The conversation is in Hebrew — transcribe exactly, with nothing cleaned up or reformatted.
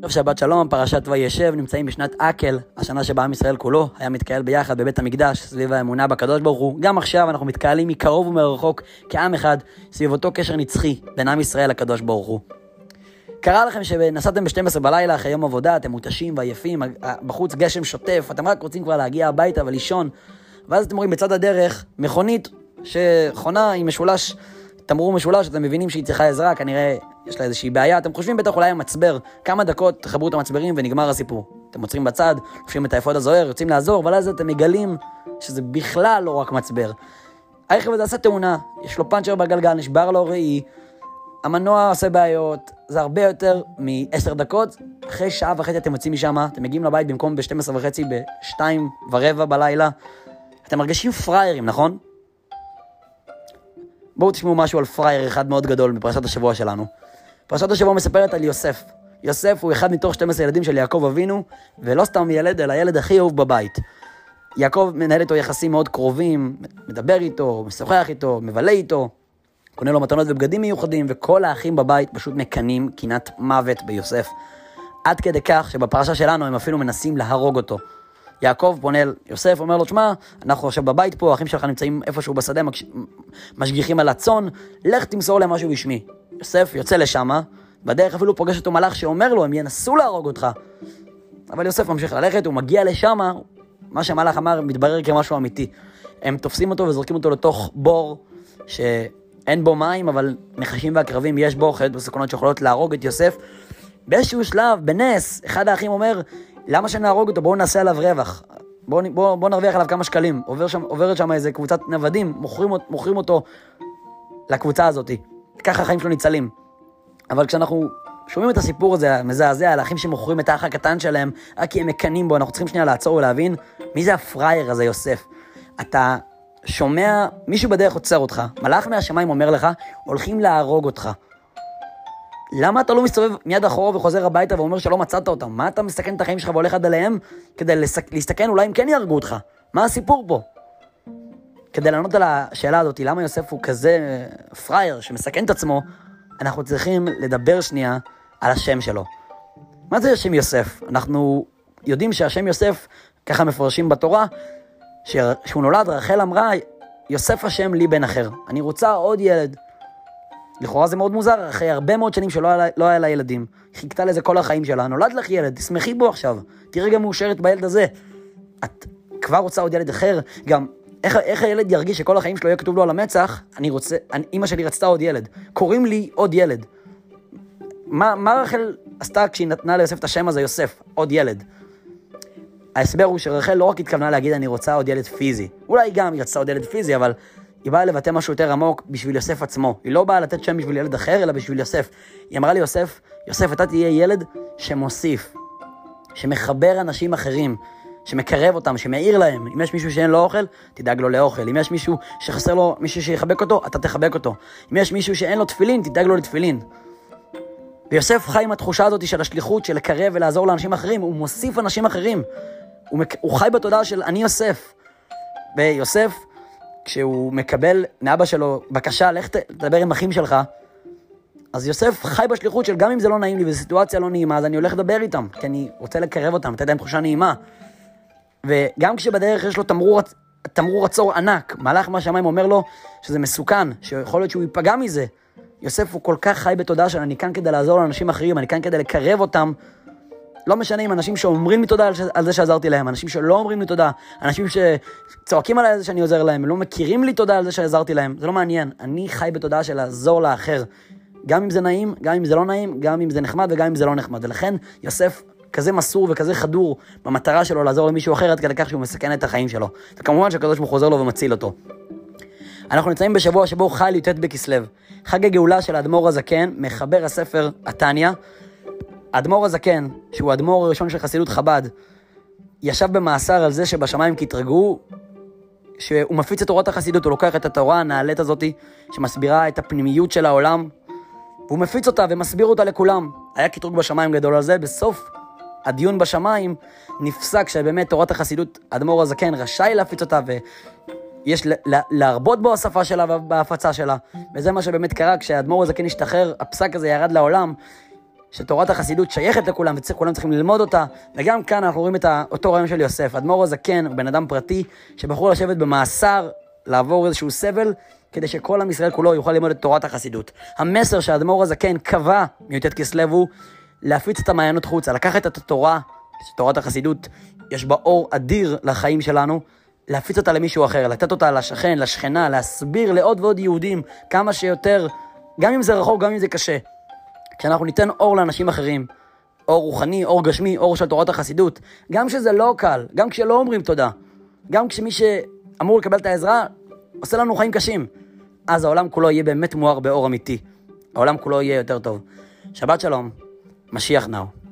טוב, שבת שלום, פרשת וישב, נמצאים בשנת אקל, השנה שבה עם ישראל כולו היה מתקהל ביחד בבית המקדש, סביב האמונה בקדוש ברוך הוא. גם עכשיו אנחנו מתקהלים מקרוב ומרחוק כעם אחד, סביב אותו קשר נצחי בין עם ישראל לקדוש ברוך הוא. קרה לכם שנסעתם ב-שתים עשרה בלילה אחרי יום עבודה, אתם מותשים ועייפים, בחוץ גשם שוטף, אתם רק רוצים כבר להגיע הביתה ולישון, ואז אתם רואים בצד הדרך מכונית שחונה עם משולש, תמרור משולש, אתם מבינים שהיא צריכה עזרה, כנראה יש לה איזושהי בעיה, אתם חושבים בטח אולי המצבר, כמה דקות תחברו את המצברים ונגמר הסיפור. אתם עוצרים בצד, חושבים את האפוד הזוהר, יוצאים לעזור, אבל אז אתם מגלים שזה בכלל לא רק מצבר. הרכב הזה עשה תאונה, יש לו פאנצ'ר בגלגל, נשבר לו ראי, המנוע עושה בעיות, זה הרבה יותר מ-עשר דקות, אחרי שעה וחצי אתם יוצאים משם, אתם מגיעים לבית במקום ב-שתים עשרה וחצי, ב-שתיים ורבע בלילה, אתם מרגישים פריירים, נכון? בואו תשמעו משהו על פרייר אחד מאוד גדול מפרשת השבוע שלנו. פרשת השבוע מספרת על יוסף. יוסף הוא אחד מתוך שנים עשר ילדים של יעקב אבינו, ולא סתם ילד, אלא הילד הכי אהוב בבית. יעקב מנהל איתו יחסים מאוד קרובים, מדבר איתו, משוחח איתו, מבלה איתו, קונה לו מתנות ובגדים מיוחדים, וכל האחים בבית פשוט מקנים קינת מוות ביוסף. עד כדי כך שבפרשה שלנו הם אפילו מנסים להרוג אותו. יעקב פונה אל יוסף, אומר לו, שמה, אנחנו עכשיו בבית פה, האחים שלך נמצאים איפשהו בשדה, משגיחים על הצאן, לך תמסור להם משהו בשמי. יוסף יוצא לשם, בדרך אפילו פוגש אותו מלאך שאומר לו, הם ינסו להרוג אותך. אבל יוסף ממשיך ללכת, הוא מגיע לשם, מה שהמלאך אמר מתברר כמשהו אמיתי. הם תופסים אותו וזורקים אותו לתוך בור, שאין בו מים, אבל נחשים ועקרבים יש בו, חיות בסכונות שיכולות להרוג את יוסף. באיזשהו שלב, בנס, אחד האחים אומר, למה שנהרוג אותו? בואו נעשה עליו רווח. בואו בוא, בוא נרוויח עליו כמה שקלים. עובר שם, עוברת שם איזה קבוצת נוודים, מוכרים, מוכרים אותו לקבוצה הזאת. ככה החיים שלו ניצלים. אבל כשאנחנו שומעים את הסיפור הזה, מזעזע, על האחים שמוכרים את האח הקטן שלהם, רק כי הם מקנים בו, אנחנו צריכים שנייה לעצור ולהבין, מי זה הפרייר הזה, יוסף? אתה שומע, מישהו בדרך עוצר אותך, מלאך מהשמיים אומר לך, הולכים להרוג אותך. למה אתה לא מסתובב מיד אחורה וחוזר הביתה ואומר שלא מצאת אותם? מה אתה מסתכן את החיים שלך והולך עד עליהם כדי להסתכן אולי אם כן יהרגו אותך? מה הסיפור פה? כדי לענות על השאלה הזאת, למה יוסף הוא כזה פרייר שמסכן את עצמו, אנחנו צריכים לדבר שנייה על השם שלו. מה זה השם יוסף? אנחנו יודעים שהשם יוסף, ככה מפרשים בתורה, שהוא נולד, רחל אמרה, יוסף השם לי בן אחר. אני רוצה עוד ילד. לכאורה זה מאוד מוזר, אחרי הרבה מאוד שנים שלא היה, לא היה לה ילדים. חיכתה לזה כל החיים שלה. נולד לך ילד, תשמחי בו עכשיו. תראי גם מאושרת בילד הזה. את כבר רוצה עוד ילד אחר? גם, איך, איך הילד ירגיש שכל החיים שלו יהיה כתוב לו על המצח? אני רוצה, אני, אמא שלי רצתה עוד ילד. קוראים לי עוד ילד. מה, מה רחל עשתה כשהיא נתנה ליוסף את השם הזה, יוסף? עוד ילד. ההסבר הוא שרחל לא רק התכוונה להגיד, אני רוצה עוד ילד פיזי. אולי גם היא רצתה עוד ילד פיזי, אבל היא באה לבטא משהו יותר עמוק בשביל יוסף עצמו. היא לא באה לתת שם בשביל ילד אחר, אלא בשביל יוסף. היא אמרה לי, יוסף, יוסף, אתה תהיה ילד שמוסיף, שמחבר אנשים אחרים, שמקרב אותם, שמאיר להם. אם יש מישהו שאין לו אוכל, תדאג לו לאוכל. אם יש מישהו שחסר לו, מישהו שיחבק אותו, אתה תחבק אותו. אם יש מישהו שאין לו תפילין, תדאג לו לתפילין. ויוסף חי עם התחושה הזאת של השליחות, של לקרב ולעזור לאנשים אחרים. הוא מוסיף אנשים אחרים. הוא, מק... הוא חי בתודעה של אני יוסף. ויוסף, כשהוא מקבל מאבא שלו בקשה, לך תדבר עם אחים שלך, אז יוסף חי בשליחות של גם אם זה לא נעים לי וסיטואציה לא נעימה, אז אני הולך לדבר איתם, כי אני רוצה לקרב אותם, לתת להם תחושה נעימה. וגם כשבדרך יש לו תמרור, תמרור עצור ענק, מלאך מהשמיים אומר לו שזה מסוכן, שיכול להיות שהוא ייפגע מזה. יוסף הוא כל כך חי בתודעה של אני כאן כדי לעזור לאנשים אחרים, אני כאן כדי לקרב אותם, לא משנה אם אנשים שאומרים לי תודה על זה שעזרתי להם, אנשים שלא אומרים לי תודה, אנשים שצועקים עליי על זה שאני עוזר להם, לא מכירים לי תודה על זה שעזרתי להם, זה לא מעניין. אני חי בתודעה של לעזור לאחר, גם אם זה נעים, גם אם זה לא נעים, גם אם זה נחמד וגם אם זה לא נחמד. ולכן יוסף כזה מסור וכזה חדור במטרה שלו לעזור למישהו אחר, עד כדי כך שהוא מסכן את החיים שלו. וכמובן שהקדוש ברוך הוא חוזר לו ומציל אותו. אנחנו נמצאים בשבוע שבו חל י"ט בכסלו, חג הגאולה של האדמו"ר הזקן, מחבר הספר התניא. האדמו"ר הזקן, שהוא האדמו"ר הראשון של חסידות חב"ד, ישב במאסר על זה שבשמיים כתרגו, שהוא מפיץ את תורת החסידות, הוא לוקח את התורה הנעלית הזאת, שמסבירה את הפנימיות של העולם, והוא מפיץ אותה ומסביר אותה לכולם. היה קטרוג בשמיים גדול על זה, בסוף הדיון בשמיים נפסק שבאמת תורת החסידות, האדמו"ר הזקן רשאי להפיץ אותה, ויש להרבות בו השפה שלה בהפצה שלה, וזה מה שבאמת קרה, כשהאדמו"ר הזקן השתחרר, הפסק הזה ירד לעולם, שתורת החסידות שייכת לכולם, וכולם צריכים ללמוד אותה, וגם כאן אנחנו רואים את אותו רעיון של יוסף. אדמו"ר הזקן הוא בן אדם פרטי, שבחור לשבת במאסר, לעבור איזשהו סבל, כדי שכל עם ישראל כולו יוכל ללמוד את תורת החסידות. המסר שהאדמו"ר הזקן קבע מי"ט כסלו הוא להפיץ את המעיינות חוצה, לקחת את התורה, תורת החסידות, יש בה אור אדיר לחיים שלנו, להפיץ אותה למישהו אחר, לתת אותה לשכן, לשכנה, להסביר לעוד ועוד יהודים כמה שיותר, גם אם זה רחוק, גם אם זה קשה. כשאנחנו ניתן אור לאנשים אחרים, אור רוחני, אור גשמי, אור של תורת החסידות, גם כשזה לא קל, גם כשלא אומרים תודה, גם כשמי שאמור לקבל את העזרה, עושה לנו חיים קשים, אז העולם כולו יהיה באמת מואר באור אמיתי. העולם כולו יהיה יותר טוב. שבת שלום, משיח נאו.